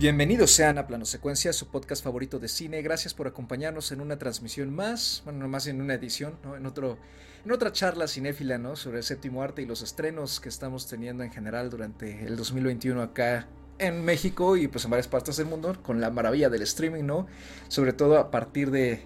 Bienvenidos sean a Plano Secuencia, su podcast favorito de cine. Gracias por acompañarnos en una transmisión más, bueno, no más en una edición, ¿no? En otra charla cinéfila, ¿no? Sobre el séptimo arte y los estrenos que estamos teniendo en general durante el 2021 acá en México y pues en varias partes del mundo, con la maravilla del streaming, ¿no? Sobre todo a partir de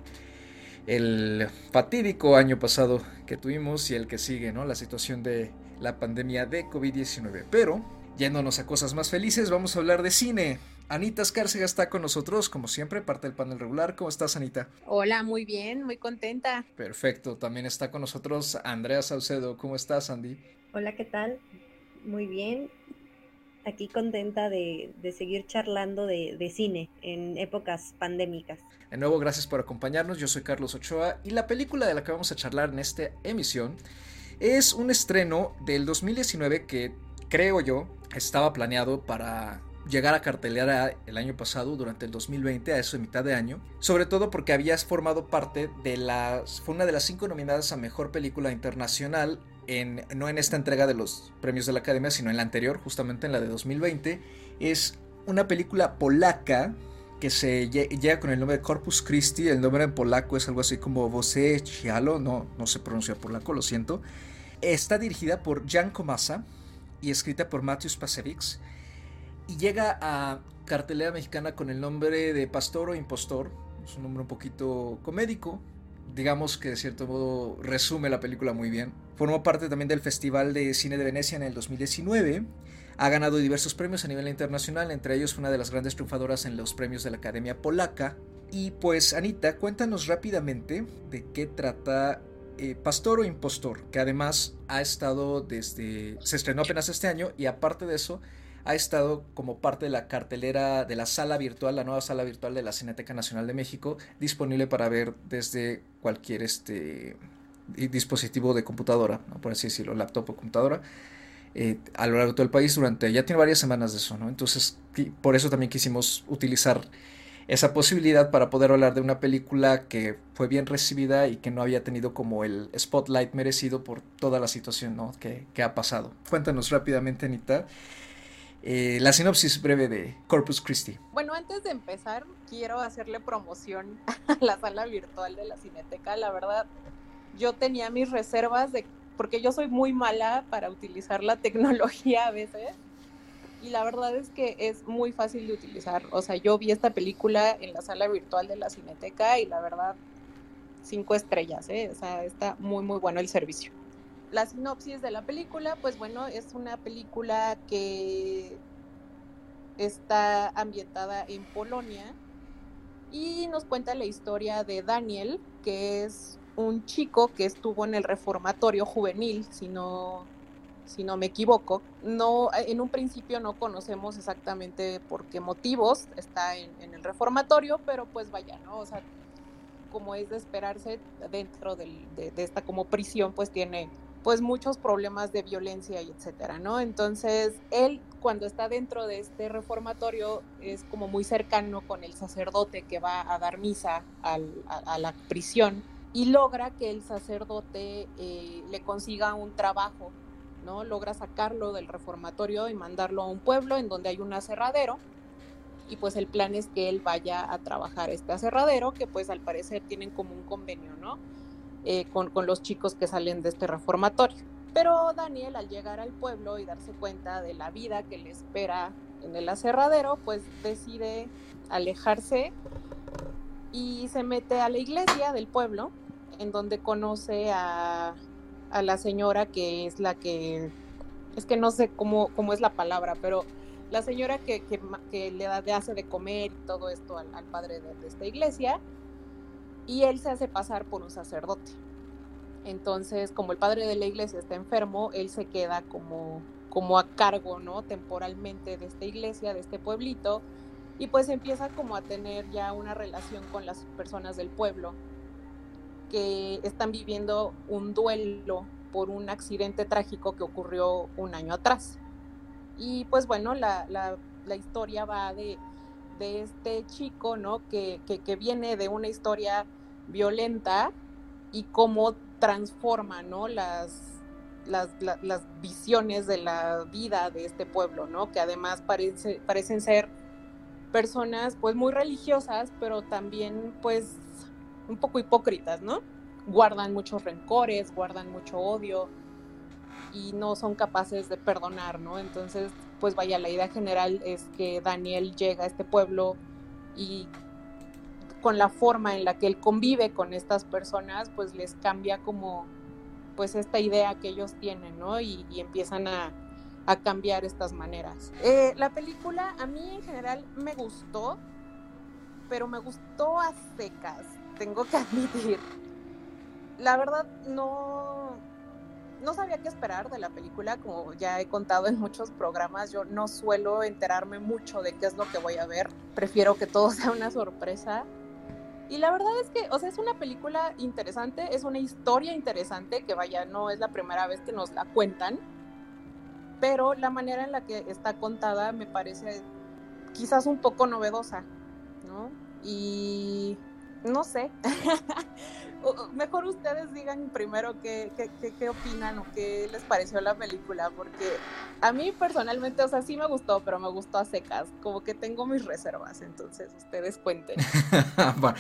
el fatídico año pasado que tuvimos y el que sigue, ¿no? La situación de la pandemia de COVID-19. Pero, yéndonos a cosas más felices, vamos a hablar de cine. Anita Escárcega está con nosotros, como siempre, parte del panel regular. ¿Cómo estás, Anita? Hola, muy bien, muy contenta. Perfecto. También está con nosotros Andrea Saucedo. ¿Cómo estás, Andy? Hola, ¿qué tal? Muy bien. Aquí contenta de seguir charlando de cine en épocas pandémicas. De nuevo, gracias por acompañarnos. Yo soy Carlos Ochoa y la película de la que vamos a charlar en esta emisión es un estreno del 2019 que, creo yo, estaba planeado para llegar a cartelera el año pasado, durante el 2020, a eso de mitad de año, sobre todo porque habías formado parte fue una de las 5 nominadas a Mejor Película Internacional, no en esta entrega de los premios de la Academia, sino en la anterior, justamente en la de 2020. Es una película polaca que se llega con el nombre de Corpus Christi. El nombre en polaco es algo así como Voce Cialo, no se pronuncia polaco, lo siento. Está dirigida por Jan Komasa y escrita por Mateusz Pasewicz, y llega a cartelera mexicana con el nombre de Pastor o Impostor. Es un nombre un poquito comédico, digamos que de cierto modo resume la película muy bien. Formó parte también del Festival de Cine de Venecia en el 2019. Ha ganado diversos premios a nivel internacional, entre ellos fue una de las grandes triunfadoras en los premios de la Academia Polaca. Y pues, Anita, cuéntanos rápidamente de qué trata Pastor o Impostor, que además se estrenó apenas este año, y aparte de eso ha estado como parte de la cartelera de la sala virtual, la nueva sala virtual de la Cineteca Nacional de México, disponible para ver desde cualquier dispositivo de computadora, ¿no? Por así decirlo, laptop o computadora, a lo largo de todo el país. Ya tiene varias semanas de eso, ¿no? Entonces, por eso también quisimos utilizar esa posibilidad para poder hablar de una película que fue bien recibida y que no había tenido como el spotlight merecido por toda la situación, ¿no? que ha pasado. Cuéntanos rápidamente, Anita, la sinopsis breve de Corpus Christi. Bueno, antes de empezar, quiero hacerle promoción a la sala virtual de la Cineteca. La verdad, yo tenía mis reservas porque yo soy muy mala para utilizar la tecnología a veces. Y la verdad es que es muy fácil de utilizar. O sea, yo vi esta película en la sala virtual de la Cineteca y la verdad, 5 estrellas, ¿eh? O sea, está muy, muy bueno el servicio. La sinopsis de la película, pues bueno, es una película que está ambientada en Polonia y nos cuenta la historia de Daniel, que es un chico que estuvo en el reformatorio juvenil, si no me equivoco. No, en un principio no conocemos exactamente por qué motivos está en el reformatorio, pero pues vaya, ¿no? O sea, como es de esperarse, dentro de esta como prisión, pues tiene pues muchos problemas de violencia y etcétera, ¿no? Entonces, él cuando está dentro de este reformatorio es como muy cercano con el sacerdote que va a dar misa a la prisión, y logra que el sacerdote le consiga un trabajo, ¿no? Logra sacarlo del reformatorio y mandarlo a un pueblo en donde hay un aserradero. Y pues el plan es que él vaya a trabajar a este aserradero, que pues al parecer tienen como un convenio, ¿no? Con los chicos que salen de este reformatorio. Pero Daniel, al llegar al pueblo y darse cuenta de la vida que le espera en el aserradero, pues decide alejarse y se mete a la iglesia del pueblo, en donde conoce a la señora que es la que, es que no sé cómo es la palabra, pero la señora que le hace de comer y todo esto al padre de esta iglesia, y él se hace pasar por un sacerdote. Entonces, como el padre de la iglesia está enfermo, él se queda como a cargo, ¿no? Temporalmente de esta iglesia, de este pueblito, y pues empieza como a tener ya una relación con las personas del pueblo que están viviendo un duelo por un accidente trágico que ocurrió un año atrás. Y pues bueno, la historia va de este chico, ¿no? Que viene de una historia violenta y cómo transforma, ¿no? Las visiones de la vida de este pueblo, ¿no? Que además parecen ser personas pues muy religiosas, pero también pues un poco hipócritas, ¿no? Guardan muchos rencores, guardan mucho odio y no son capaces de perdonar, ¿no? Entonces, pues vaya, la idea general es que Daniel llega a este pueblo y con la forma en la que él convive con estas personas, pues les cambia como pues esta idea que ellos tienen, ¿no? Y empiezan a cambiar estas maneras. La película a mí en general me gustó, pero me gustó a secas, tengo que admitir. La verdad no sabía qué esperar de la película, como ya he contado en muchos programas, yo no suelo enterarme mucho de qué es lo que voy a ver, prefiero que todo sea una sorpresa. Y la verdad es que, o sea, es una película interesante, es una historia interesante, que vaya, no es la primera vez que nos la cuentan, pero la manera en la que está contada me parece quizás un poco novedosa, ¿no? Y no sé, mejor ustedes digan primero qué opinan o qué les pareció la película, porque a mí personalmente, o sea, sí me gustó, pero me gustó a secas, como que tengo mis reservas, entonces ustedes cuenten. Bueno,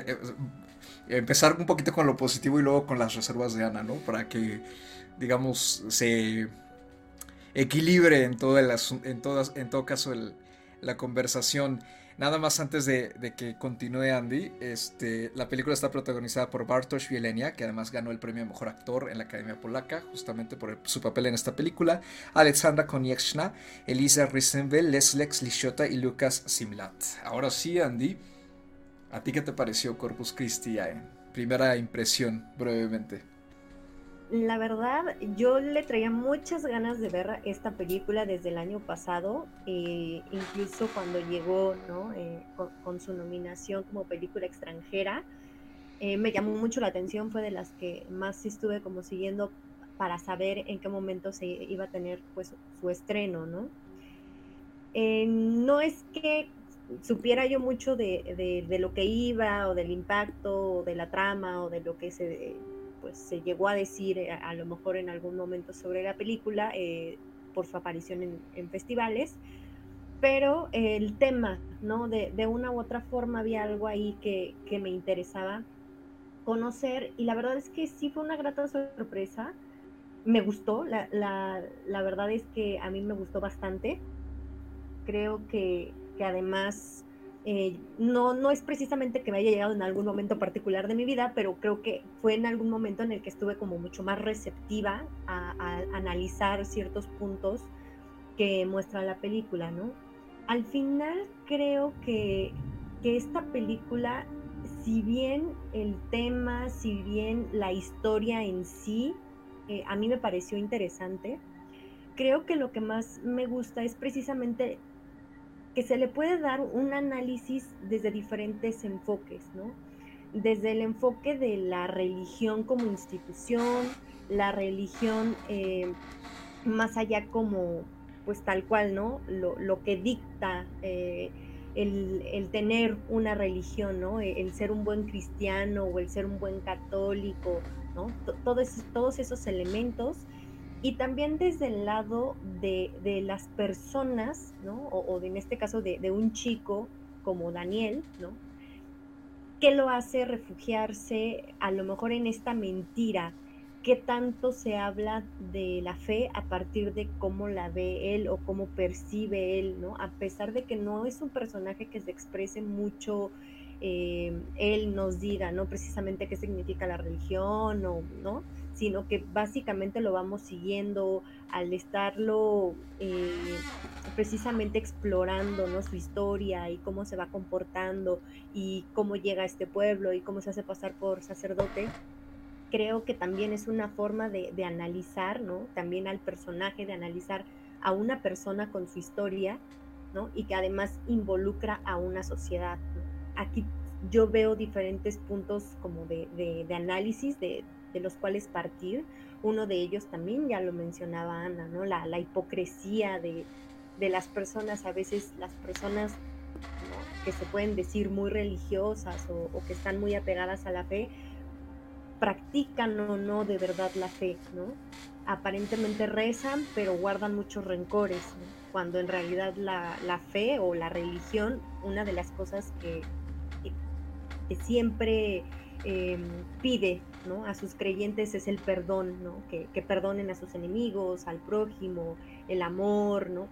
empezar un poquito con lo positivo y luego con las reservas de Ana, ¿no? Para que, digamos, se equilibre en todo, en todo caso la conversación. Nada más antes de que continúe Andy, la película está protagonizada por Bartosz Wielenia, que además ganó el premio a Mejor Actor en la Academia Polaca, justamente por su papel en esta película, Alexandra Konieczna, Elisa Risenvel, Leslex Lishota y Lucas Simlat. Ahora sí, Andy, ¿a ti qué te pareció Corpus Christi? Primera impresión, brevemente. La verdad, yo le traía muchas ganas de ver esta película desde el año pasado, incluso cuando llegó, ¿no? Con su nominación como película extranjera. Me llamó mucho la atención, fue de las que más estuve como siguiendo para saber en qué momento se iba a tener pues su estreno, ¿no? No es que supiera yo mucho de lo que iba o del impacto o de la trama o de lo que se llegó a decir a lo mejor en algún momento sobre la película por su aparición en festivales, pero el tema, ¿no? De una u otra forma había algo ahí que me interesaba conocer, y la verdad es que sí fue una grata sorpresa. Me gustó, la verdad es que a mí me gustó bastante. Creo que además no es precisamente que me haya llegado en algún momento particular de mi vida, pero creo que fue en algún momento en el que estuve como mucho más receptiva a analizar ciertos puntos que muestra la película, ¿no? Al final creo que esta película, si bien el tema, si bien la historia en sí, a mí me pareció interesante, creo que lo que más me gusta es precisamente que se le puede dar un análisis desde diferentes enfoques, ¿no? Desde el enfoque de la religión como institución, la religión más allá como, pues tal cual, ¿no? Lo que dicta el tener una religión, ¿no? El ser un buen cristiano o el ser un buen católico, ¿no? Todos esos elementos. Y también desde el lado de las personas, ¿no? O en este caso de un chico como Daniel, ¿no? ¿Qué lo hace refugiarse a lo mejor en esta mentira? ¿Qué tanto se habla de la fe a partir de cómo la ve él o cómo percibe él, ¿no? A pesar de que no es un personaje que se exprese mucho, él nos diga, ¿no? Precisamente qué significa la religión, o, ¿no? Sino que básicamente lo vamos siguiendo al estarlo precisamente explorando, ¿no? Su historia y cómo se va comportando y cómo llega a este pueblo y cómo se hace pasar por sacerdote. Creo que también es una forma de analizar, ¿no? También al personaje, de analizar a una persona con su historia, ¿no? Y que además involucra a una sociedad, ¿no? Aquí yo veo diferentes puntos como de análisis de los cuales partir. Uno de ellos también ya lo mencionaba Ana, ¿no? La hipocresía de las personas, a veces las personas, ¿no? Que se pueden decir muy religiosas o que están muy apegadas a la fe, practican o no de verdad la fe, ¿no? aparentemente rezan, pero guardan muchos rencores, ¿no? Cuando en realidad la fe o la religión, una de las cosas que siempre pide, ¿no?, a sus creyentes es el perdón, ¿no? Que perdonen a sus enemigos, al prójimo, el amor, ¿no?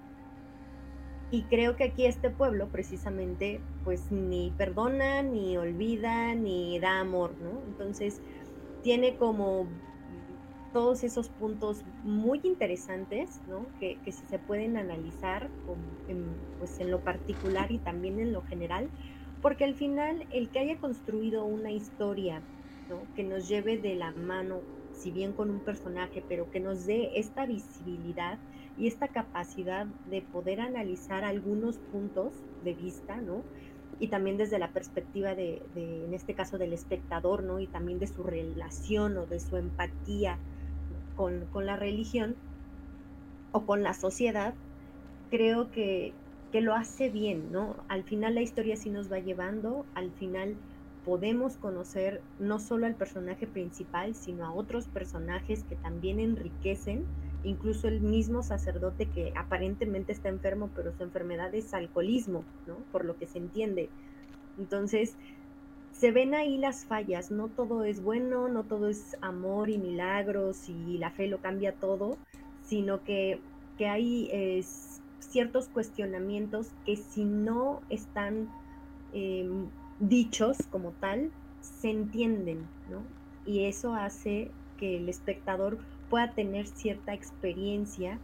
Y creo que aquí este pueblo precisamente pues ni perdona, ni olvida, ni da amor, ¿no? Entonces tiene como todos esos puntos muy interesantes, ¿no? Que si se pueden analizar pues en lo particular y también en lo general, porque al final el que haya construido una historia, ¿no?, que nos lleve de la mano, si bien con un personaje, pero que nos dé esta visibilidad y esta capacidad de poder analizar algunos puntos de vista, ¿no? Y también desde la perspectiva en este caso, del espectador, ¿no? Y también de su relación o de su empatía, ¿no?, con la religión o con la sociedad, creo que lo hace bien, ¿no? Al final la historia sí nos va llevando, al final podemos conocer no solo al personaje principal, sino a otros personajes que también enriquecen, incluso el mismo sacerdote que aparentemente está enfermo, pero su enfermedad es alcoholismo, ¿no? Por lo que se entiende. Entonces, se ven ahí las fallas, no todo es bueno, no todo es amor y milagros y la fe lo cambia todo, sino que hay ciertos cuestionamientos que si no están eh, dichos como tal, se entienden, ¿no? Y eso hace que el espectador pueda tener cierta experiencia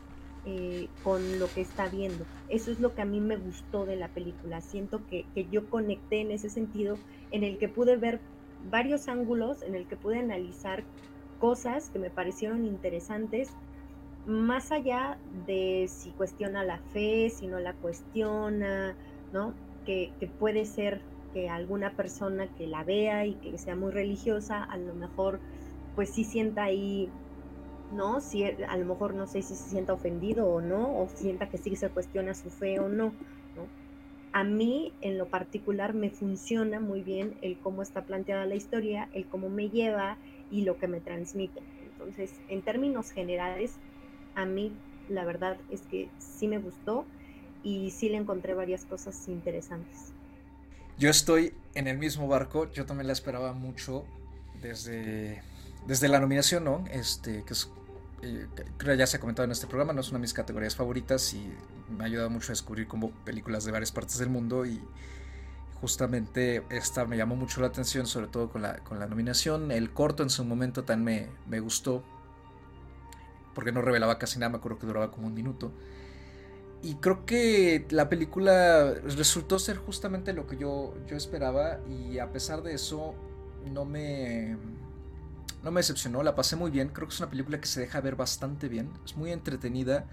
con lo que está viendo. Eso es lo que a mí me gustó de la película. Siento que yo conecté en ese sentido, en el que pude ver varios ángulos, en el que pude analizar cosas que me parecieron interesantes, más allá de si cuestiona la fe, si no la cuestiona, ¿no? Que puede ser que alguna persona que la vea y que sea muy religiosa, a lo mejor pues sí sienta ahí, ¿no? Si a lo mejor no sé si se sienta ofendido o no, o sienta que sí se cuestiona su fe o no, ¿no? A mí, en lo particular, me funciona muy bien el cómo está planteada la historia, el cómo me lleva y lo que me transmite. Entonces, en términos generales, a mí la verdad es que sí me gustó y sí le encontré varias cosas interesantes. Yo estoy en el mismo barco, yo también la esperaba mucho desde, desde la nominación, ¿no? Que es, creo ya se ha comentado en este programa, no es una de mis categorías favoritas y me ha ayudado mucho a descubrir como películas de varias partes del mundo y justamente esta me llamó mucho la atención, sobre todo con la nominación. El corto en su momento también me gustó, porque no revelaba casi nada, me acuerdo que duraba como un minuto. Y creo que la película resultó ser justamente lo que yo esperaba y a pesar de eso no me, no me decepcionó, la pasé muy bien, creo que es una película que se deja ver bastante bien, es muy entretenida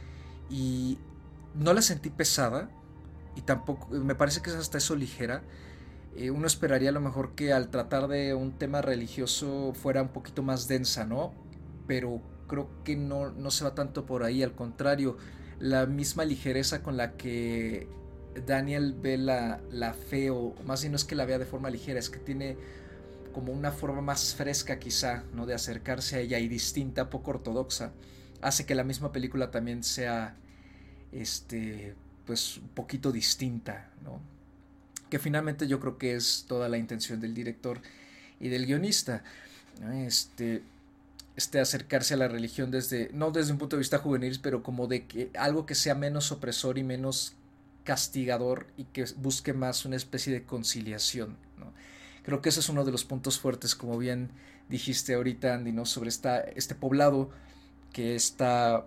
y no la sentí pesada y tampoco, me parece que es hasta eso ligera. Uno esperaría a lo mejor que al tratar de un tema religioso fuera un poquito más densa, ¿no? Pero creo que no se va tanto por ahí, al contrario, la misma ligereza con la que Daniel ve la fe, o más bien no es que la vea de forma ligera, es que tiene como una forma más fresca quizá, ¿no?, de acercarse a ella y distinta, poco ortodoxa, hace que la misma película también sea, este, pues un poquito distinta, ¿no? Que finalmente yo creo que es toda la intención del director y del guionista, ¿no? Acercarse a la religión desde, no desde un punto de vista juvenil, pero como de que algo que sea menos opresor y menos castigador y que busque más una especie de conciliación, ¿no? Creo que ese es uno de los puntos fuertes, como bien dijiste ahorita, Andy, ¿no?, sobre este poblado que está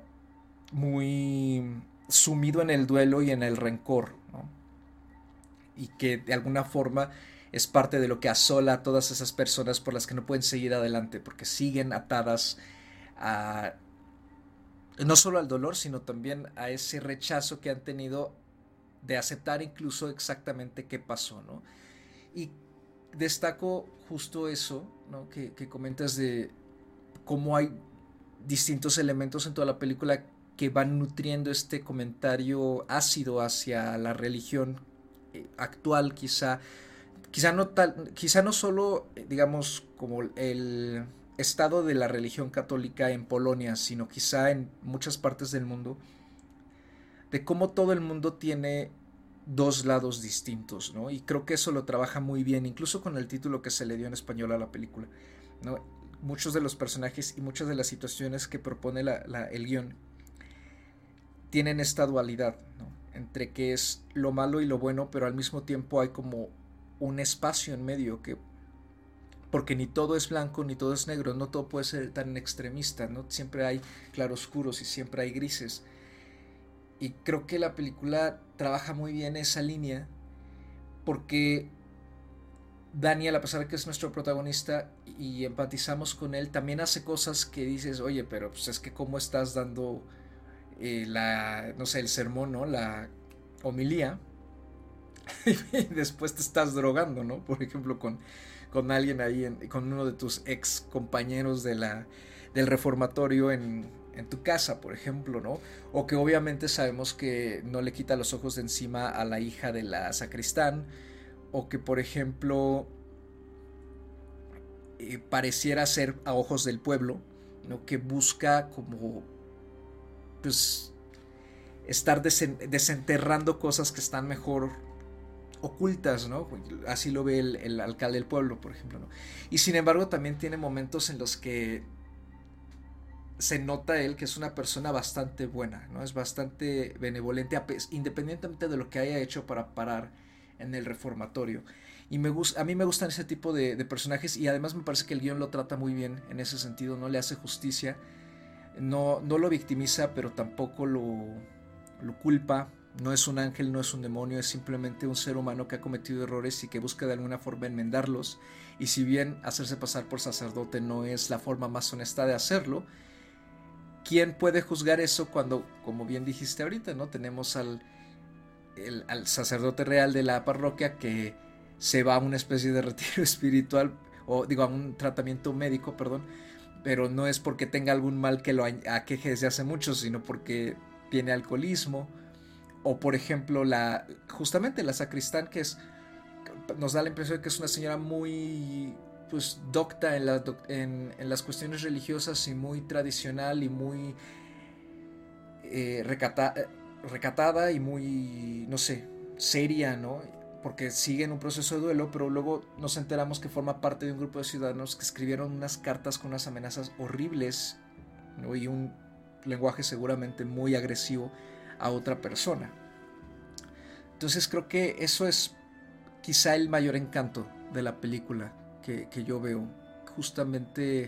muy sumido en el duelo y en el rencor, ¿no? Y que de alguna forma es parte de lo que asola a todas esas personas por las que no pueden seguir adelante, porque siguen atadas a no solo al dolor, sino también a ese rechazo que han tenido de aceptar incluso exactamente qué pasó, ¿no? Y destaco justo eso, ¿no?, que comentas de cómo hay distintos elementos en toda la película que van nutriendo este comentario ácido hacia la religión actual, quizá no solo digamos como estado de la religión católica en Polonia, sino quizá en muchas partes del mundo, de cómo todo el mundo tiene dos lados distintos, ¿no? Y creo que eso lo trabaja muy bien, incluso con el título que se le dio en español a la película, ¿no? Muchos de los personajes y muchas de las situaciones que propone el guión tienen esta dualidad, ¿no? Entre que es lo malo y lo bueno, pero al mismo tiempo hay como un espacio en medio que, porque ni todo es blanco ni todo es negro, no todo puede ser tan extremista, ¿no? Siempre hay claroscuros y siempre hay grises. Y creo que la película trabaja muy bien esa línea porque Daniel, a pesar de que es nuestro protagonista y empatizamos con él, también hace cosas que dices, oye, pero pues es que cómo estás dando no sé, el sermón, ¿no? La homilía y después te estás drogando, ¿no? Por ejemplo, con alguien ahí, con uno de tus ex compañeros del reformatorio en tu casa, por ejemplo, ¿no? O que obviamente sabemos que no le quita los ojos de encima a la hija de la sacristán, o que, por ejemplo, pareciera ser a ojos del pueblo, ¿no? Que busca como, pues, estar desenterrando cosas que están mejor ocultas, ¿no? Así lo ve el alcalde del pueblo, por ejemplo, ¿no? Y sin embargo también tiene momentos en los que se nota él que es una persona bastante buena, ¿no? Es bastante benevolente, independientemente de lo que haya hecho para parar en el reformatorio. Y a mí me gustan ese tipo de personajes y además me parece que el guión lo trata muy bien en ese sentido, no le hace justicia, no lo victimiza, pero tampoco lo culpa. No es un ángel, no es un demonio, es simplemente un ser humano que ha cometido errores y que busca de alguna forma enmendarlos. Y si bien hacerse pasar por sacerdote no es la forma más honesta de hacerlo, ¿quién puede juzgar eso cuando, como bien dijiste ahorita, ¿no? Tenemos al sacerdote real de la parroquia que se va a una especie de retiro espiritual, o digo, a un tratamiento médico, perdón, pero no es porque tenga algún mal que lo aqueje desde hace mucho, sino porque tiene alcoholismo. O por ejemplo justamente la sacristán, que nos da la impresión de que es una señora muy, pues, docta en las cuestiones religiosas y muy tradicional y muy recatada y muy, no sé, seria, ¿no? Porque sigue en un proceso de duelo, pero luego nos enteramos que forma parte de un grupo de ciudadanos que escribieron unas cartas con unas amenazas horribles, ¿no? Y un lenguaje seguramente muy agresivo a otra persona. Entonces creo que eso es quizá el mayor encanto de la película que yo veo, justamente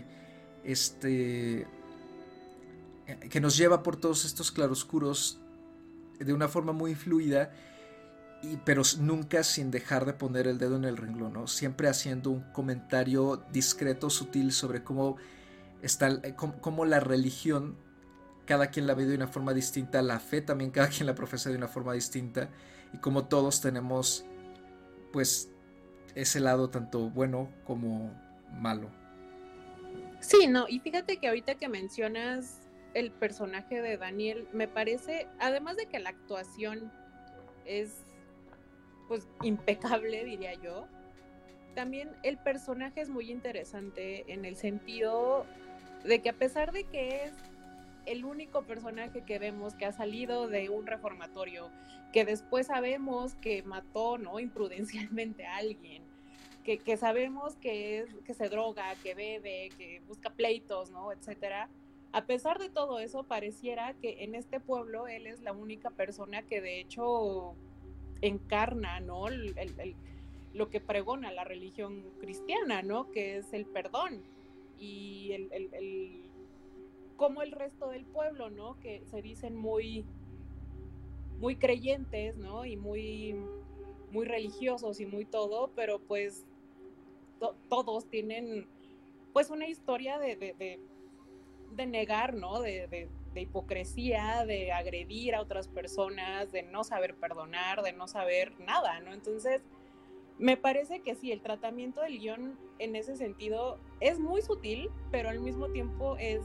que nos lleva por todos estos claroscuros de una forma muy fluida, pero nunca sin dejar de poner el dedo en el renglón, ¿no? Siempre haciendo un comentario discreto, sutil sobre cómo la religión cada quien la ve de una forma distinta, la fe también cada quien la profesa de una forma distinta, y como todos tenemos, pues, ese lado tanto bueno como malo. Sí, no, y fíjate que ahorita que mencionas el personaje de Daniel, me parece, además de que la actuación es, pues, impecable, diría yo, también el personaje es muy interesante en el sentido de que, a pesar de que es el único personaje que vemos que ha salido de un reformatorio, que después sabemos que mató, ¿no?, imprudencialmente a alguien, que sabemos que se droga, que bebe, que busca pleitos, ¿no?, etcétera. A pesar de todo eso, pareciera que en este pueblo él es la única persona que de hecho encarna, ¿no?, lo que pregona la religión cristiana, ¿no?, que es el perdón. Y como el resto del pueblo, ¿no?, que se dicen muy, muy creyentes, ¿no?, y muy, muy religiosos y muy todo, pero pues todos tienen, pues, una historia de negar, ¿no?, de hipocresía, de agredir a otras personas, de no saber perdonar, de no saber nada, ¿no? Entonces, me parece que sí, el tratamiento del guión en ese sentido es muy sutil, pero al mismo tiempo es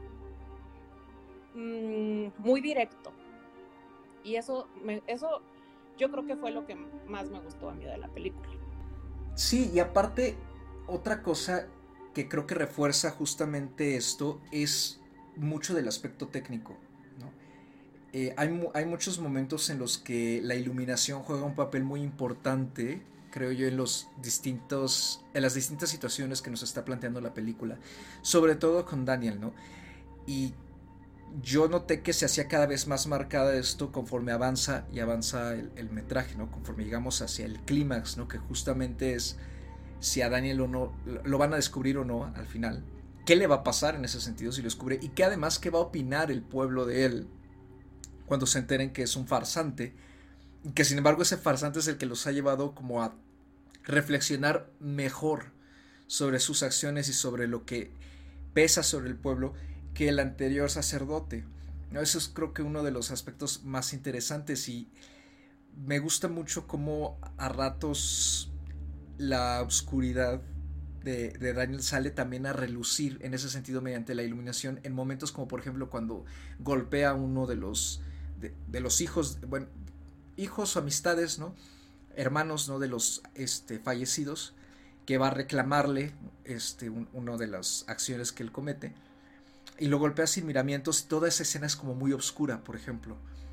muy directo. Y eso yo creo que fue lo que más me gustó a mí de la película. Sí, y aparte, otra cosa que creo que refuerza justamente esto es mucho del aspecto técnico, ¿no? Hay muchos momentos en los que la iluminación juega un papel muy importante, creo yo, en las distintas situaciones que nos está planteando la película, sobre todo con Daniel, ¿no? Y yo noté que se hacía cada vez más marcada esto conforme avanza el metraje, ¿no? Conforme llegamos hacia el clímax, ¿no? Que justamente es si a Daniel o no lo van a descubrir o no al final, qué le va a pasar en ese sentido si lo descubre, y que además qué va a opinar el pueblo de él cuando se enteren que es un farsante, y que sin embargo ese farsante es el que los ha llevado como a reflexionar mejor sobre sus acciones y sobre lo que pesa sobre el pueblo que el anterior sacerdote, ¿no? Eso es creo que uno de los aspectos más interesantes, y me gusta mucho cómo a ratos la oscuridad de Daniel sale también a relucir en ese sentido mediante la iluminación, en momentos como por ejemplo cuando golpea a uno de los hijos, bueno, hijos o amistades, ¿no? Hermanos, ¿no? De los fallecidos, que va a reclamarle uno de las acciones que él comete, y lo golpea sin miramientos, y toda esa escena es como muy oscura, por ejemplo,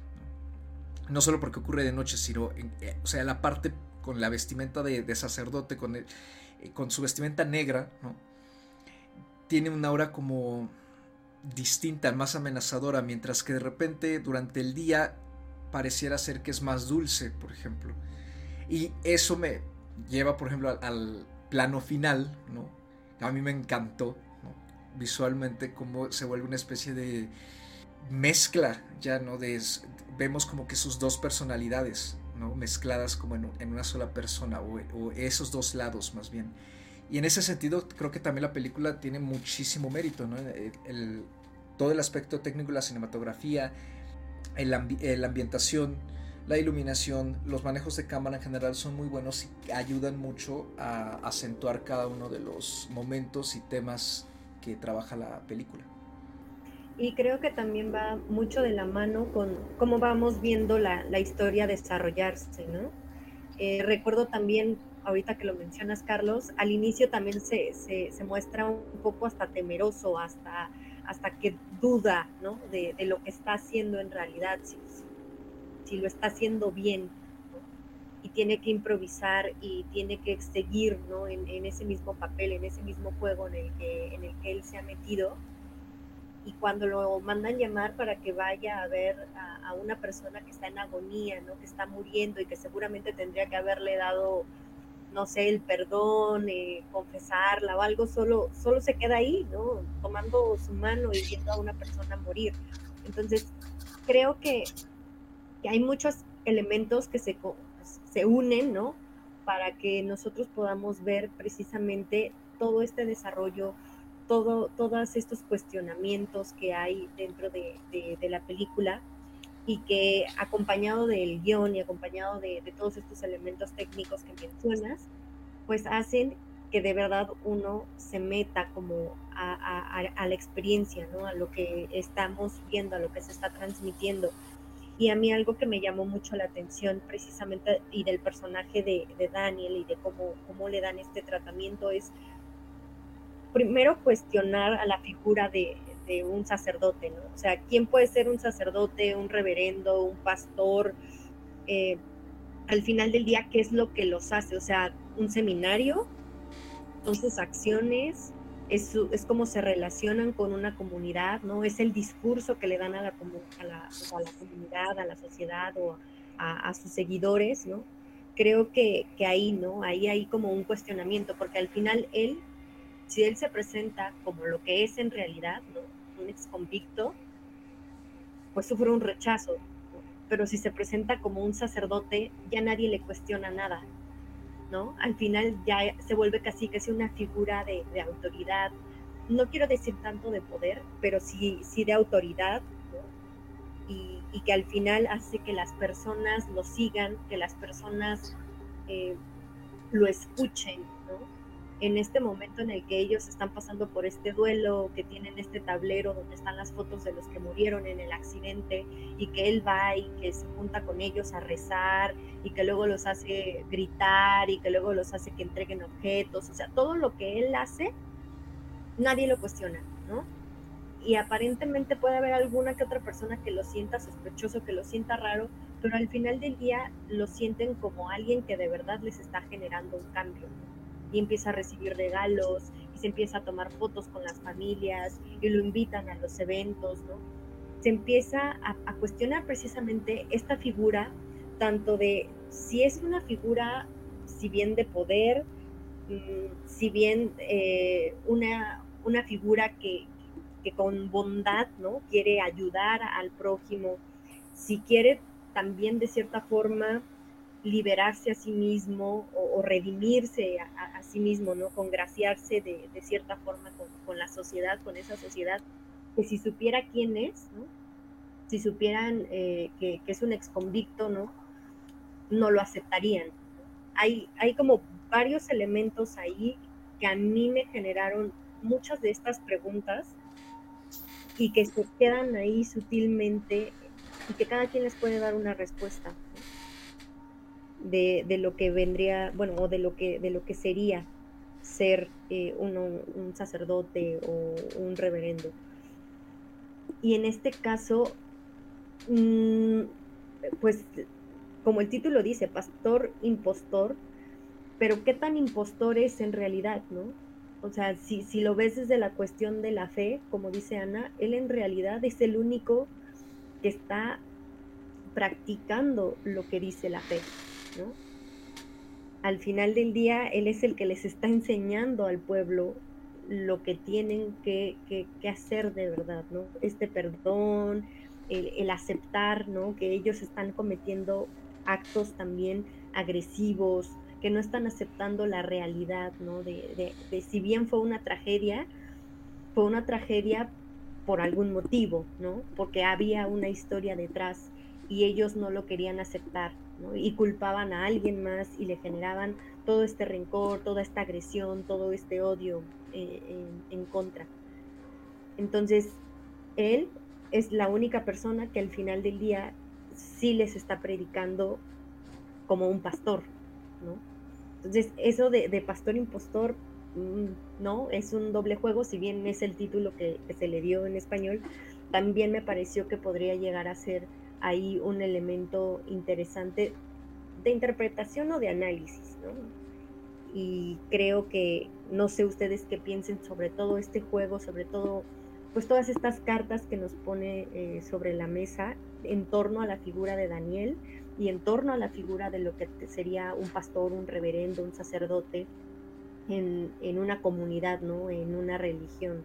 no solo porque ocurre de noche, sino o sea, la parte con la vestimenta de sacerdote, con su vestimenta negra, ¿no? Tiene una aura como distinta, más amenazadora, mientras que de repente durante el día pareciera ser que es más dulce, por ejemplo. Y eso me lleva, por ejemplo, al plano final, ¿no? A mí me encantó, ¿no? Visualmente cómo se vuelve una especie de mezcla, ya, ¿no? Vemos como que sus dos personalidades, ¿no? Mezcladas como en una sola persona, o esos dos lados más bien. Y en ese sentido creo que también la película tiene muchísimo mérito, ¿no? Todo el aspecto técnico, la cinematografía, la ambientación, la iluminación, los manejos de cámara en general son muy buenos y ayudan mucho a acentuar cada uno de los momentos y temas que trabaja la película. Y creo que también va mucho de la mano con cómo vamos viendo la historia desarrollarse, ¿no? Recuerdo también, ahorita que lo mencionas, Carlos, al inicio también se muestra un poco hasta temeroso, hasta que duda, ¿no? De lo que está haciendo en realidad, si lo está haciendo bien, ¿no? Y tiene que improvisar y tiene que seguir, ¿no? En ese mismo papel, en ese mismo juego en el que él se ha metido. Y cuando lo mandan llamar para que vaya a ver a una persona que está en agonía, ¿no? Que está muriendo y que seguramente tendría que haberle dado, no sé, el perdón, confesarla o algo, solo se queda ahí, ¿no? Tomando su mano y viendo a una persona morir. Entonces, creo que hay muchos elementos que se unen, ¿no? Para que nosotros podamos ver precisamente todo este desarrollo, todos estos cuestionamientos que hay dentro de la película, y que acompañado del guión y acompañado de todos estos elementos técnicos que mencionas, pues hacen que de verdad uno se meta como a la experiencia, ¿no? A lo que estamos viendo, a lo que se está transmitiendo. Y a mí algo que me llamó mucho la atención precisamente y del personaje de Daniel y de cómo le dan este tratamiento es primero cuestionar a la figura de un sacerdote, ¿no? O sea, ¿quién puede ser un sacerdote, un reverendo, un pastor? Al final del día, ¿qué es lo que los hace? O sea, un seminario, son sus acciones, es cómo se relacionan con una comunidad, ¿no? Es el discurso que le dan a la comunidad, a la sociedad o a sus seguidores, ¿no? Creo que ahí, ¿no? Ahí hay como un cuestionamiento, porque al final si él se presenta como lo que es en realidad, ¿no? Un ex convicto, pues sufre un rechazo, ¿no? Pero si se presenta como un sacerdote, ya nadie le cuestiona nada, ¿no? Al final ya se vuelve casi una figura de autoridad, no quiero decir tanto de poder, pero sí de autoridad, ¿no? Y que al final hace que las personas lo sigan, que las personas lo escuchen, ¿no? En este momento en el que ellos están pasando por este duelo, que tienen este tablero donde están las fotos de los que murieron en el accidente, y que él va y que se junta con ellos a rezar, y que luego los hace gritar, y que luego los hace que entreguen objetos, o sea, todo lo que él hace nadie lo cuestiona, ¿no? Y aparentemente puede haber alguna que otra persona que lo sienta sospechoso, que lo sienta raro, pero al final del día lo sienten como alguien que de verdad les está generando un cambio, ¿no? Y empieza a recibir regalos, y se empieza a tomar fotos con las familias, y lo invitan a los eventos, ¿no? Se empieza a cuestionar precisamente esta figura, tanto de si es una figura, si bien de poder, si bien una figura que con bondad, ¿no? Quiere ayudar al prójimo, si quiere también de cierta forma liberarse a sí mismo o redimirse a sí mismo, ¿no? Congraciarse de cierta forma con la sociedad, con esa sociedad, que si supiera quién es, ¿no? Si supieran que es un exconvicto, ¿no? No lo aceptarían. Hay como varios elementos ahí que a mí me generaron muchas de estas preguntas y que se quedan ahí sutilmente y que cada quien les puede dar una respuesta, ¿no? De lo que vendría, bueno, o de lo que sería ser un sacerdote o un reverendo. Y en este caso, pues como el título dice, pastor impostor, pero qué tan impostor es en realidad, ¿no? O sea, si lo ves desde la cuestión de la fe, como dice Ana, él en realidad es el único que está practicando lo que dice la fe, ¿no? Al final del día, él es el que les está enseñando al pueblo lo que tienen que hacer de verdad, ¿no? Este perdón, el aceptar, ¿no? Que ellos están cometiendo actos también agresivos, que no están aceptando la realidad, ¿no? De si bien fue una tragedia por algún motivo, ¿no? Porque había una historia detrás y ellos no lo querían aceptar, ¿no? Y culpaban a alguien más y le generaban todo este rencor, toda esta agresión, todo este odio en contra. Entonces, él es la única persona que al final del día sí les está predicando como un pastor, ¿no? Entonces, eso de pastor impostor, no, es un doble juego, si bien es el título que se le dio en español, también me pareció que podría llegar a ser ahí un elemento interesante de interpretación o de análisis, ¿no? Y creo que, no sé ustedes qué piensen sobre todo este juego, sobre todo, pues todas estas cartas que nos pone sobre la mesa en torno a la figura de Daniel y en torno a la figura de lo que sería un pastor, un reverendo, un sacerdote en una comunidad, ¿no? En una religión.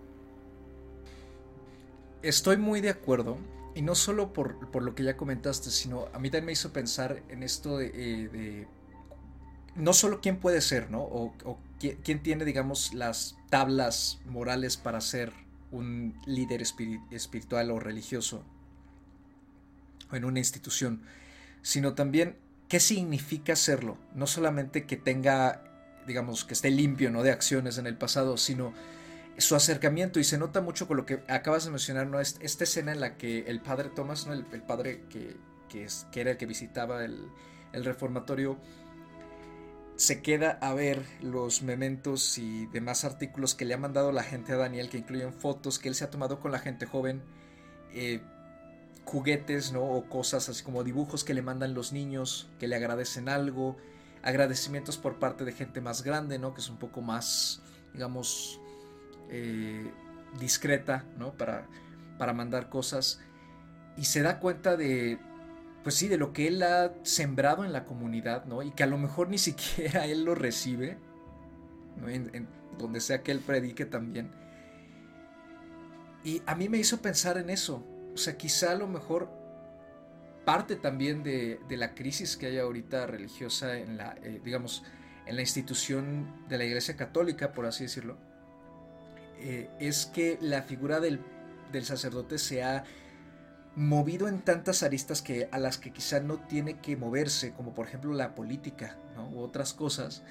Estoy muy de acuerdo, y no solo por lo que ya comentaste, sino a mí también me hizo pensar en esto de no solo quién puede ser, ¿no? O quién tiene, digamos, las tablas morales para ser un líder espiritual o religioso o en una institución, sino también qué significa serlo. No solamente que tenga, digamos, que esté limpio, ¿no? De acciones en el pasado, sino su acercamiento. Y se nota mucho con lo que acabas de mencionar, ¿no? Esta escena en la que el padre Thomas, ¿no? El padre que era el que visitaba el reformatorio, se queda a ver los mementos y demás artículos que le ha mandado la gente a Daniel, que incluyen fotos que él se ha tomado con la gente joven, eh, juguetes, ¿no? O cosas así como dibujos que le mandan los niños, que le agradecen algo, agradecimientos por parte de gente más grande, ¿no? Que es un poco más, digamos, discreta, ¿no? Para mandar cosas. Y se da cuenta de, pues sí, de lo que él ha sembrado en la comunidad, ¿no? Y que a lo mejor ni siquiera él lo recibe, ¿no? En donde sea que él predique también. Y a mí me hizo pensar en eso. O sea, quizá a lo mejor parte también de la crisis que hay ahorita religiosa en la, digamos, en la institución de la Iglesia Católica, por así decirlo, es que la figura del sacerdote se ha movido en tantas aristas que a las que quizá no tiene que moverse, como por ejemplo la política, ¿no? U otras cosas,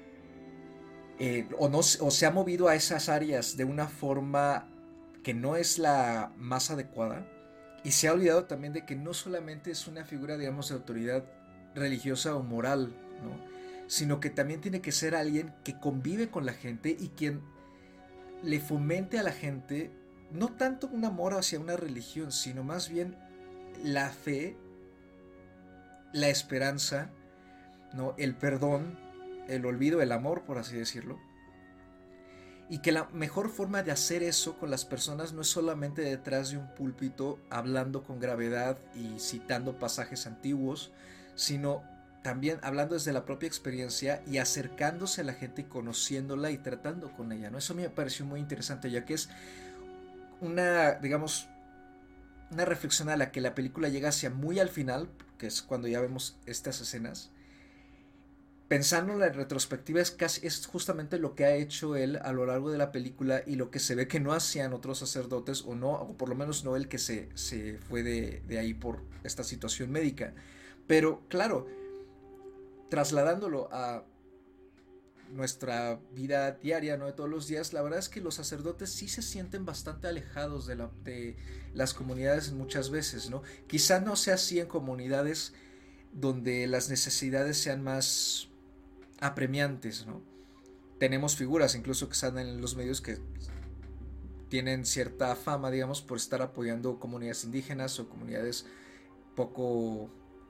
o se ha movido a esas áreas de una forma que no es la más adecuada, y se ha olvidado también de que no solamente es una figura, digamos, de autoridad religiosa o moral, ¿no? Sino que también tiene que ser alguien que convive con la gente y quien le fomente a la gente no tanto un amor hacia una religión, sino más bien la fe, la esperanza, ¿no? El perdón, el olvido, el amor, por así decirlo. Y que la mejor forma de hacer eso con las personas no es solamente detrás de un púlpito hablando con gravedad y citando pasajes antiguos, sino también hablando desde la propia experiencia y acercándose a la gente y conociéndola y tratando con ella, ¿no? Eso me pareció muy interesante, ya que es una, digamos, una reflexión a la que la película llega hacia muy al final, que es cuando ya vemos estas escenas. Pensando en la retrospectiva, es justamente lo que ha hecho él a lo largo de la película y lo que se ve que no hacían otros sacerdotes, o no, o por lo menos no él, que se fue de ahí por esta situación médica. Pero claro, trasladándolo a nuestra vida diaria, ¿no? De todos los días, la verdad es que los sacerdotes sí se sienten bastante alejados de las comunidades muchas veces, ¿no? Quizá no sea así en comunidades donde las necesidades sean más apremiantes, ¿no? Tenemos figuras incluso que están en los medios que tienen cierta fama, digamos, por estar apoyando comunidades indígenas o comunidades poco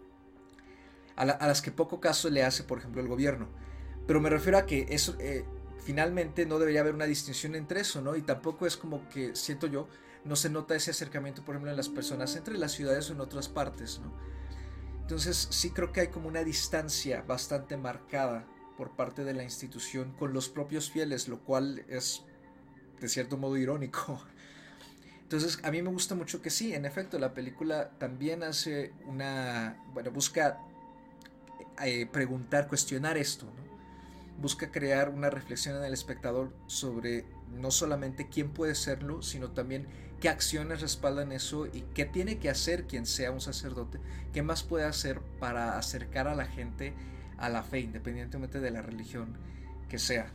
a las que poco caso le hace, por ejemplo, el gobierno. Pero me refiero a que eso, finalmente no debería haber una distinción entre eso, ¿no? Y tampoco es como que, siento yo, no se nota ese acercamiento, por ejemplo, en las personas entre las ciudades o en otras partes, ¿no? Entonces sí creo que hay como una distancia bastante marcada por parte de la institución con los propios fieles, lo cual es de cierto modo irónico. Entonces a mí me gusta mucho que sí, en efecto, la película también hace una, bueno, busca preguntar, cuestionar esto, ¿no? Busca crear una reflexión en el espectador sobre no solamente quién puede serlo, sino también qué acciones respaldan eso y qué tiene que hacer quien sea un sacerdote, qué más puede hacer para acercar a la gente a la fe, independientemente de la religión que sea.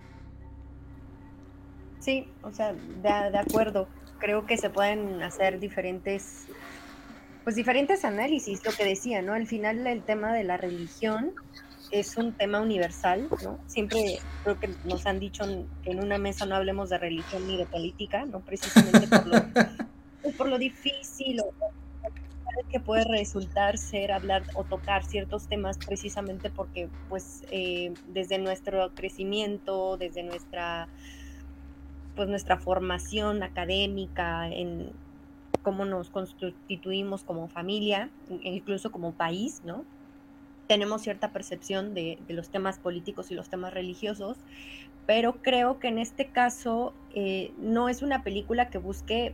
Sí, o sea, de acuerdo. Creo que se pueden hacer diferentes análisis, lo que decía, ¿no? Al final el tema de la religión es un tema universal, ¿no? Siempre creo que nos han dicho que en una mesa no hablemos de religión ni de política, ¿no? Precisamente por lo difícil o que puede resultar ser hablar o tocar ciertos temas precisamente porque pues desde nuestro crecimiento, desde nuestra formación académica, en cómo nos constituimos como familia, incluso como país, ¿no? Tenemos cierta percepción de los temas políticos y los temas religiosos, pero creo que en este caso no es una película que busque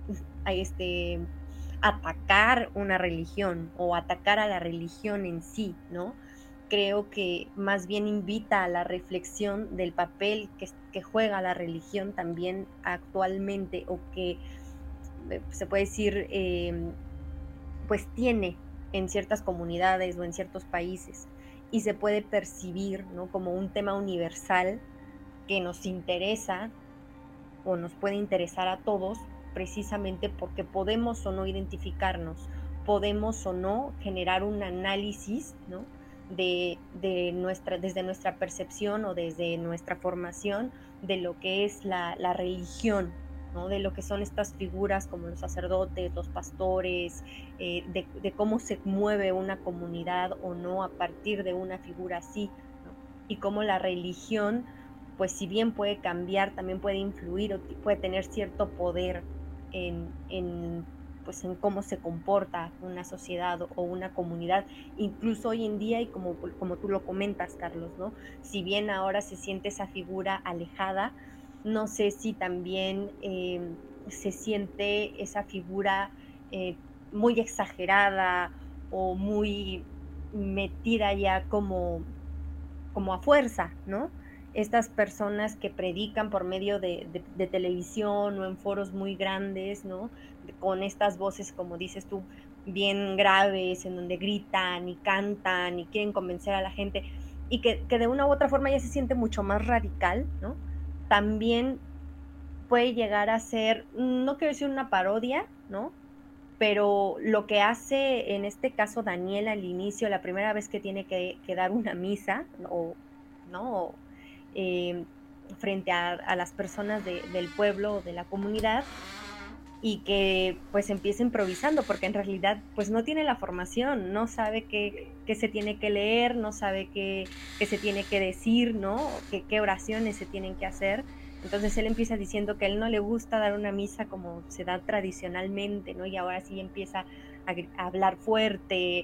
atacar una religión o atacar a la religión en sí, ¿no? Creo que más bien invita a la reflexión del papel que juega la religión también actualmente, o que se puede decir, pues tiene en ciertas comunidades o en ciertos países, y se puede percibir, ¿no?, como un tema universal que nos interesa o nos puede interesar a todos, precisamente porque podemos o no identificarnos, podemos o no generar un análisis, ¿no?, desde nuestra percepción o desde nuestra formación de lo que es la religión, ¿no?, de lo que son estas figuras como los sacerdotes, los pastores, de cómo se mueve una comunidad o no a partir de una figura así, ¿no? Y cómo la religión, pues si bien puede cambiar, también puede influir o puede tener cierto poder pues en cómo se comporta una sociedad o una comunidad, incluso hoy en día, y como tú lo comentas, Carlos, ¿no? Si bien ahora se siente esa figura alejada, no sé si también se siente esa figura muy exagerada o muy metida ya como a fuerza, ¿no? Estas personas que predican por medio de televisión o en foros muy grandes, ¿no? Con estas voces, como dices tú, bien graves, en donde gritan y cantan y quieren convencer a la gente, y que de una u otra forma ya se siente mucho más radical, ¿no? También puede llegar a ser, no quiero decir una parodia, ¿no?, pero lo que hace en este caso Daniel al inicio, la primera vez que tiene que dar una misa, o, ¿no? frente a las personas del pueblo o de la comunidad, y que pues empieza improvisando, porque en realidad pues no tiene la formación, no sabe qué se tiene que leer, no sabe qué se tiene que decir, ¿no? Qué oraciones se tienen que hacer. Entonces él empieza diciendo que a él no le gusta dar una misa como se da tradicionalmente, ¿no? Y ahora sí empieza a hablar fuerte,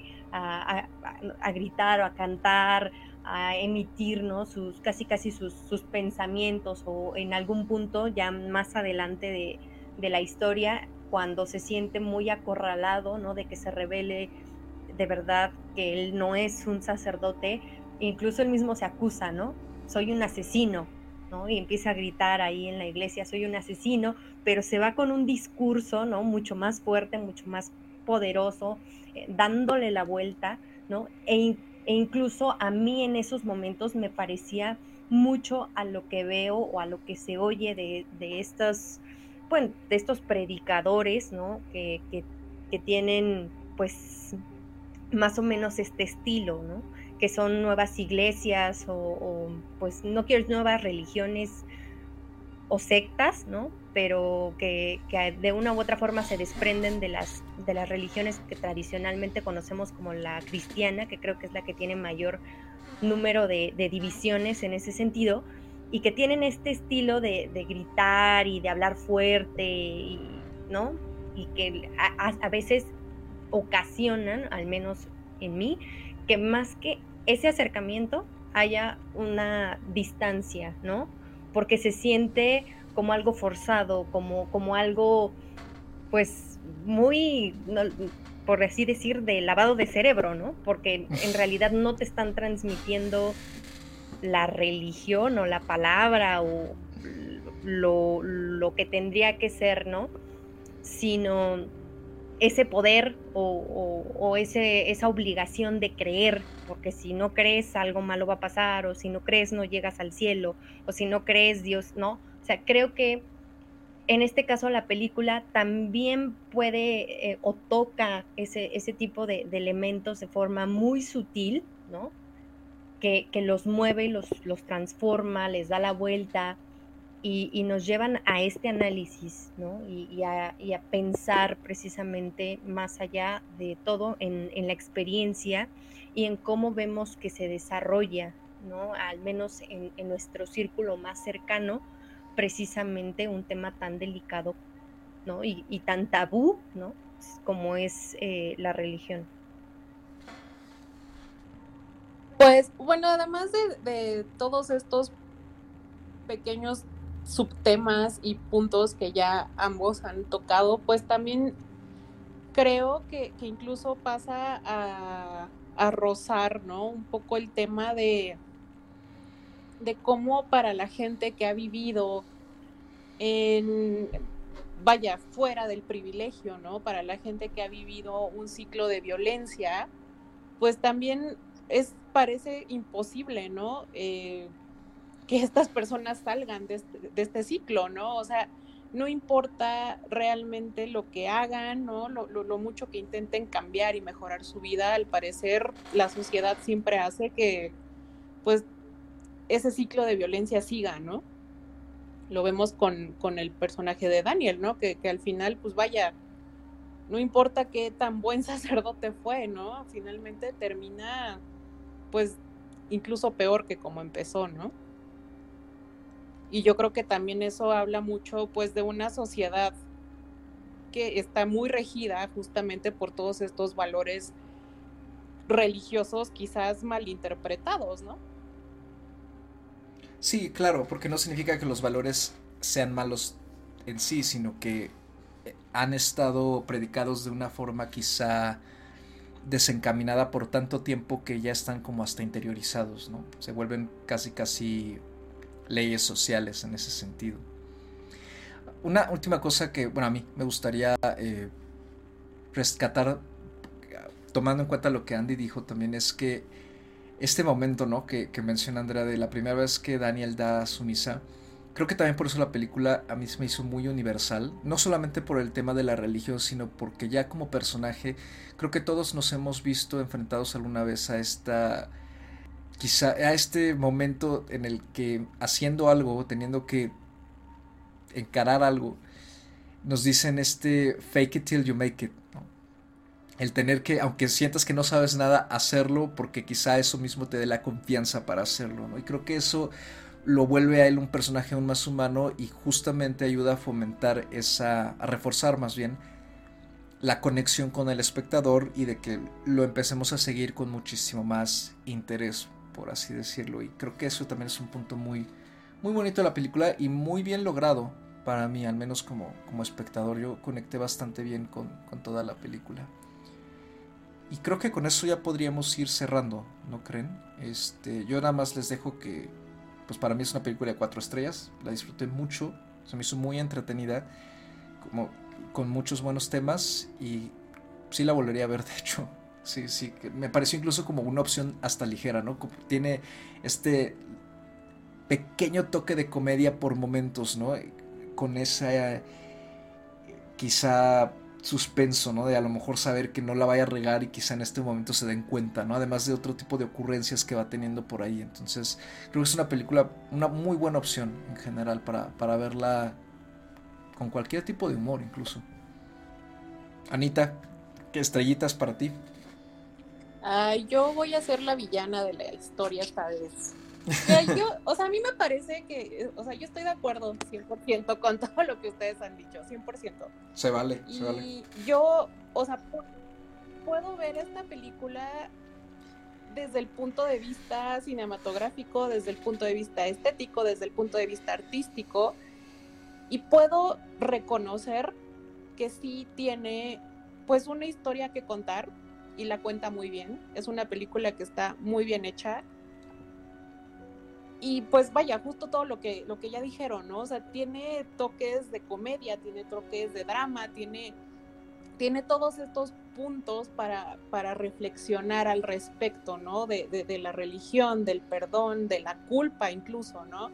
a gritar o a cantar, a emitir, ¿no? Casi sus pensamientos, o en algún punto ya más adelante de la historia, cuando se siente muy acorralado, ¿no? De que se revele de verdad que él no es un sacerdote, incluso él mismo se acusa, ¿no? Soy un asesino, ¿no? Y empieza a gritar ahí en la iglesia, soy un asesino, pero se va con un discurso, ¿no? Mucho más fuerte, mucho más poderoso, dándole la vuelta, ¿no? E incluso a mí en esos momentos me parecía mucho a lo que veo o a lo que se oye de estos, bueno, de estos predicadores, ¿no? Que tienen pues más o menos este estilo, ¿no? Que son nuevas iglesias o pues no quiero nuevas religiones o sectas, ¿no? Pero que de una u otra forma se desprenden de las religiones que tradicionalmente conocemos como la cristiana, que creo que es la que tiene mayor número de divisiones en ese sentido, y que tienen este estilo de gritar y de hablar fuerte, y, ¿no? Y que a veces ocasionan, al menos en mí, que más que ese acercamiento haya una distancia, ¿no? Porque se siente como algo forzado, como algo, pues, muy, no, por así decir, de lavado de cerebro, ¿no? Porque en realidad no te están transmitiendo la religión o la palabra o lo que tendría que ser, ¿no? Sino ese poder o esa obligación de creer, porque si no crees algo malo va a pasar, o si no crees no llegas al cielo, o si no crees Dios, ¿no? O sea, creo que en este caso la película también puede o toca ese tipo de elementos de forma muy sutil, ¿no? Que los mueve, los transforma, les da la vuelta, y nos llevan a este análisis, ¿no? Y a pensar precisamente más allá de todo en la experiencia y en cómo vemos que se desarrolla, ¿no? Al menos en nuestro círculo más cercano, precisamente un tema tan delicado, ¿no? Y tan tabú, ¿no? Como es la religión. Pues bueno, además de todos estos pequeños subtemas y puntos que ya ambos han tocado, pues también creo que incluso pasa a rozar, ¿no? Un poco el tema de cómo para la gente que ha vivido vaya, fuera del privilegio, ¿no? Para la gente que ha vivido un ciclo de violencia, pues también parece imposible, ¿no? Que estas personas salgan de este ciclo, ¿no? O sea, no importa realmente lo que hagan, ¿no? Lo mucho que intenten cambiar y mejorar su vida, al parecer la sociedad siempre hace que, pues, ese ciclo de violencia siga, ¿no? Lo vemos con el personaje de Daniel, ¿no? Que al final, pues vaya, no importa qué tan buen sacerdote fue, ¿no? Finalmente termina, pues, incluso peor que como empezó, ¿no? Y yo creo que también eso habla mucho, pues, de una sociedad que está muy regida justamente por todos estos valores religiosos quizás malinterpretados, ¿no? Sí, claro, porque no significa que los valores sean malos en sí, sino que han estado predicados de una forma quizá desencaminada por tanto tiempo que ya están como hasta interiorizados, ¿no? Se vuelven casi leyes sociales en ese sentido. Una última cosa que, bueno, a mí me gustaría rescatar, tomando en cuenta lo que Andy dijo también, es que este momento, ¿no? que menciona Andrea, de la primera vez que Daniel da su misa, creo que también por eso la película a mí se me hizo muy universal, no solamente por el tema de la religión, sino porque ya como personaje creo que todos nos hemos visto enfrentados alguna vez a esta quizá a este momento en el que haciendo algo, teniendo que encarar algo, nos dicen fake it till you make it, ¿no? El tener que, aunque sientas que no sabes nada, hacerlo porque quizá eso mismo te dé la confianza para hacerlo, ¿no? Y creo que eso lo vuelve a él un personaje aún más humano y justamente ayuda a fomentar a reforzar más bien la conexión con el espectador y de que lo empecemos a seguir con muchísimo más interés, por así decirlo. Y creo que eso también es un punto muy, muy bonito de la película y muy bien logrado para mí, al menos como espectador. Yo conecté bastante bien con toda la película. Y creo que con eso ya podríamos ir cerrando, ¿no creen? Yo nada más les dejo que, pues para mí es una película de 4 estrellas, la disfruté mucho, se me hizo muy entretenida, como con muchos buenos temas y sí la volvería a ver, de hecho. Sí, sí, me pareció incluso como una opción hasta ligera, ¿no? Como tiene este pequeño toque de comedia por momentos, ¿no? Con esa quizá suspenso, ¿no? De a lo mejor saber que no la vaya a regar y quizá en este momento se den cuenta, ¿no? Además de otro tipo de ocurrencias que va teniendo por ahí. Entonces creo que es una película, una muy buena opción en general para verla con cualquier tipo de humor incluso. Anita, ¿qué estrellitas para ti? Yo voy a ser la villana de la historia esta vez. A mí me parece que, yo estoy de acuerdo 100% con todo lo que ustedes han dicho, 100%. Se vale, y se vale. Yo, puedo ver esta película desde el punto de vista cinematográfico, desde el punto de vista estético, desde el punto de vista artístico, y puedo reconocer que sí tiene, pues, una historia que contar, y la cuenta muy bien. Es una película que está muy bien hecha. Y pues vaya, justo todo lo que ya dijeron, ¿no? O sea, tiene toques de comedia, tiene toques de drama, tiene todos estos puntos para reflexionar al respecto, ¿no? De la religión, del perdón, de la culpa incluso, ¿no?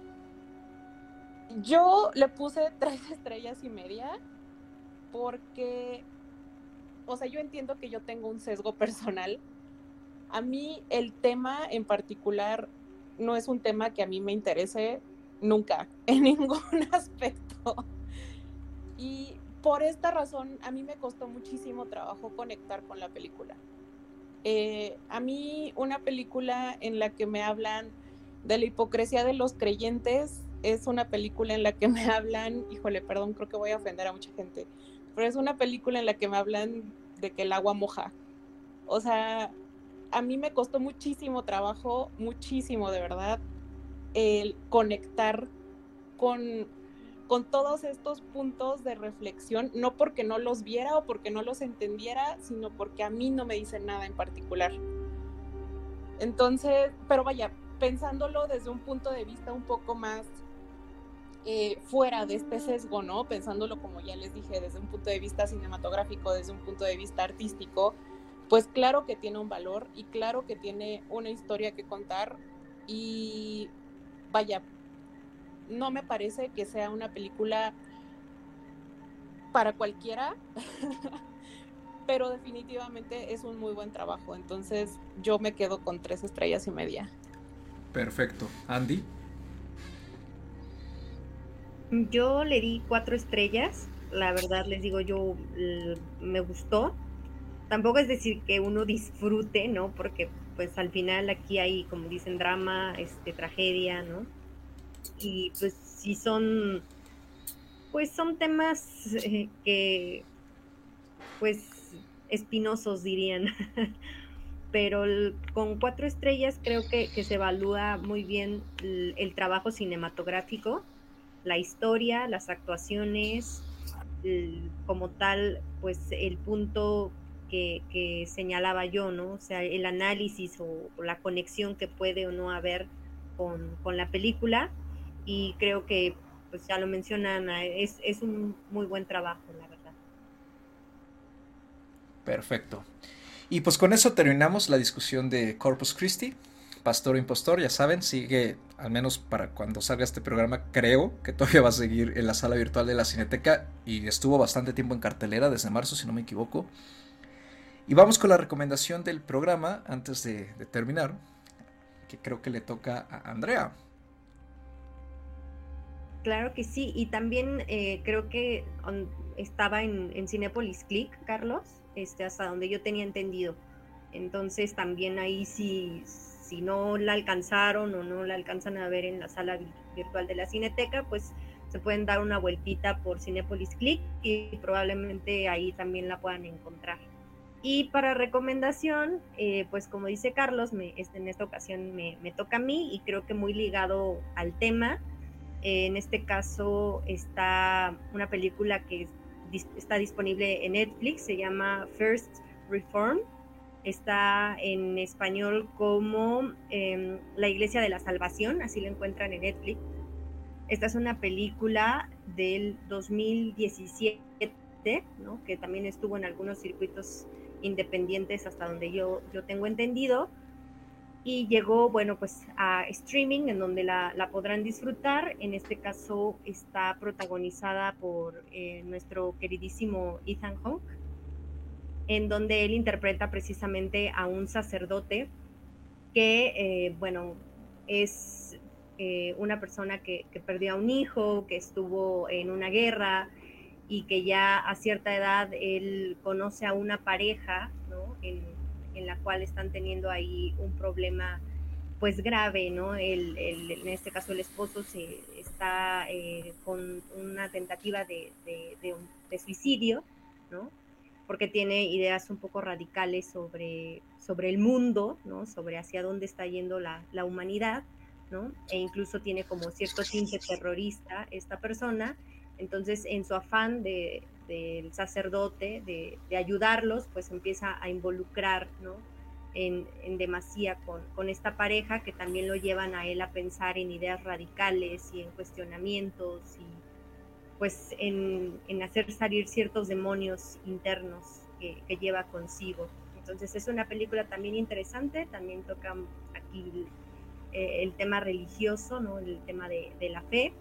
Yo le puse 3 estrellas y media porque, yo entiendo que yo tengo un sesgo personal. A mí el tema en particular no es un tema que a mí me interese nunca, en ningún aspecto. Y por esta razón, a mí me costó muchísimo trabajo conectar con la película. A mí una película en la que me hablan de la hipocresía de los creyentes es una película en la que me hablan, híjole, perdón, creo que voy a ofender a mucha gente, pero es una película en la que me hablan de que el agua moja. O sea, a mí me costó muchísimo trabajo, muchísimo de verdad, el conectar con todos estos puntos de reflexión, no porque no los viera o porque no los entendiera, sino porque a mí no me dicen nada en particular. Entonces, pero vaya, pensándolo desde un punto de vista un poco más fuera de este sesgo, ¿no? Pensándolo, como ya les dije, desde un punto de vista cinematográfico, desde un punto de vista artístico, pues claro que tiene un valor y claro que tiene una historia que contar y vaya, no me parece que sea una película para cualquiera, pero definitivamente es un muy buen trabajo, entonces yo me quedo con 3 estrellas y media. Perfecto. Andy. Yo le di 4 estrellas, la verdad les digo, yo me gustó. Tampoco es decir que uno disfrute, ¿no? Porque pues al final aquí hay, como dicen, drama, tragedia, ¿no? Y pues sí son temas que pues espinosos dirían. Pero con 4 estrellas creo que se evalúa muy bien el trabajo cinematográfico, la historia, las actuaciones, como tal, pues el punto que señalaba yo, ¿no? O sea, el análisis o la conexión que puede o no haber con la película, y creo que, pues ya lo menciona Ana, es un muy buen trabajo, la verdad. Perfecto. Y pues con eso terminamos la discusión de Corpus Christi, Pastor o Impostor. Ya saben, sigue, al menos para cuando salga este programa, creo que todavía va a seguir en la sala virtual de la Cineteca y estuvo bastante tiempo en cartelera, desde marzo si no me equivoco. Y vamos con la recomendación del programa antes de terminar. que creo que le toca a Andrea. Claro que sí, y también creo que estaba en Cinépolis Click, Carlos, hasta donde yo tenía entendido. Entonces también ahí si no la alcanzaron o no la alcanzan a ver en la sala virtual de la Cineteca, pues se pueden dar una vueltita por Cinépolis Click y probablemente ahí también la puedan encontrar. Y para recomendación, pues como dice Carlos, en esta ocasión me toca a mí y creo que muy ligado al tema. En este caso está una película que está disponible en Netflix, se llama First Reformed. Está en español como La Iglesia de la Salvación, así lo encuentran en Netflix. Esta es una película del 2017, ¿no? Que también estuvo en algunos circuitos independientes hasta donde yo tengo entendido. Y llegó, bueno, pues a streaming, en donde la podrán disfrutar. En este caso está protagonizada por nuestro queridísimo Ethan Hawke, en donde él interpreta precisamente a un sacerdote que, bueno, es una persona que perdió a un hijo, que estuvo en una guerra y que ya a cierta edad él conoce a una pareja, ¿no? En la cual están teniendo ahí un problema pues grave, ¿no? En este caso el esposo está con una tentativa de suicidio, ¿no? Porque tiene ideas un poco radicales sobre el mundo, ¿no? Sobre hacia dónde está yendo la humanidad, ¿no? E incluso tiene como cierto tinte terrorista esta persona. Entonces, en su afán del sacerdote, de ayudarlos, pues empieza a involucrar, ¿no? en demasía con esta pareja, que también lo llevan a él a pensar en ideas radicales y en cuestionamientos y pues en hacer salir ciertos demonios internos que lleva consigo. Entonces es una película también interesante, también toca aquí el tema religioso, ¿no? El tema de la fe,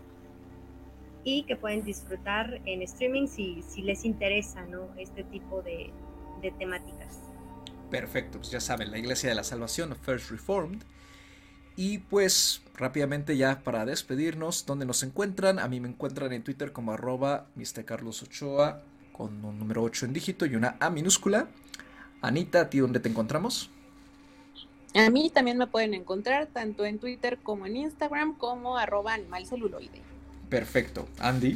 y que pueden disfrutar en streaming si les interesa, ¿no? Este tipo de temáticas. Perfecto, pues ya saben, La Iglesia de la Salvación, First Reformed. Y pues rápidamente ya para despedirnos, ¿dónde nos encuentran? A mí me encuentran en Twitter como @MrCarlosOchoa con un número 8 en dígito y una A minúscula. Anita, ¿a ti dónde te encontramos? A mí también me pueden encontrar tanto en Twitter como en Instagram como @animalceluloide. Perfecto. Andy.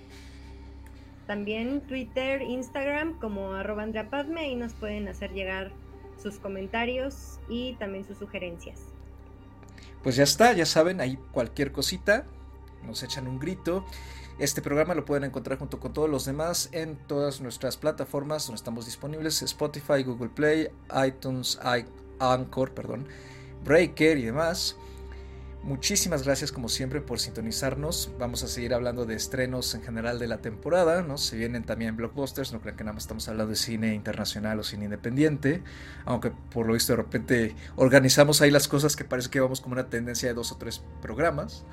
También Twitter, Instagram como @AndreaPadme, y nos pueden hacer llegar sus comentarios y también sus sugerencias. Pues ya está, ya saben, ahí cualquier cosita, nos echan un grito. Este programa lo pueden encontrar junto con todos los demás en todas nuestras plataformas donde estamos disponibles: Spotify, Google Play, iTunes, Anchor, Breaker y demás. Muchísimas gracias como siempre por sintonizarnos. Vamos a seguir hablando de estrenos en general de la temporada, ¿no? Se vienen también blockbusters, no crean que nada más estamos hablando de cine internacional o cine independiente, aunque por lo visto de repente organizamos ahí las cosas que parece que vamos como una tendencia de 2 o 3 programas,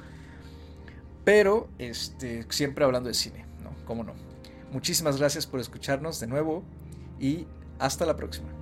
pero siempre hablando de cine, ¿no? ¿Cómo no? Muchísimas gracias por escucharnos de nuevo y hasta la próxima.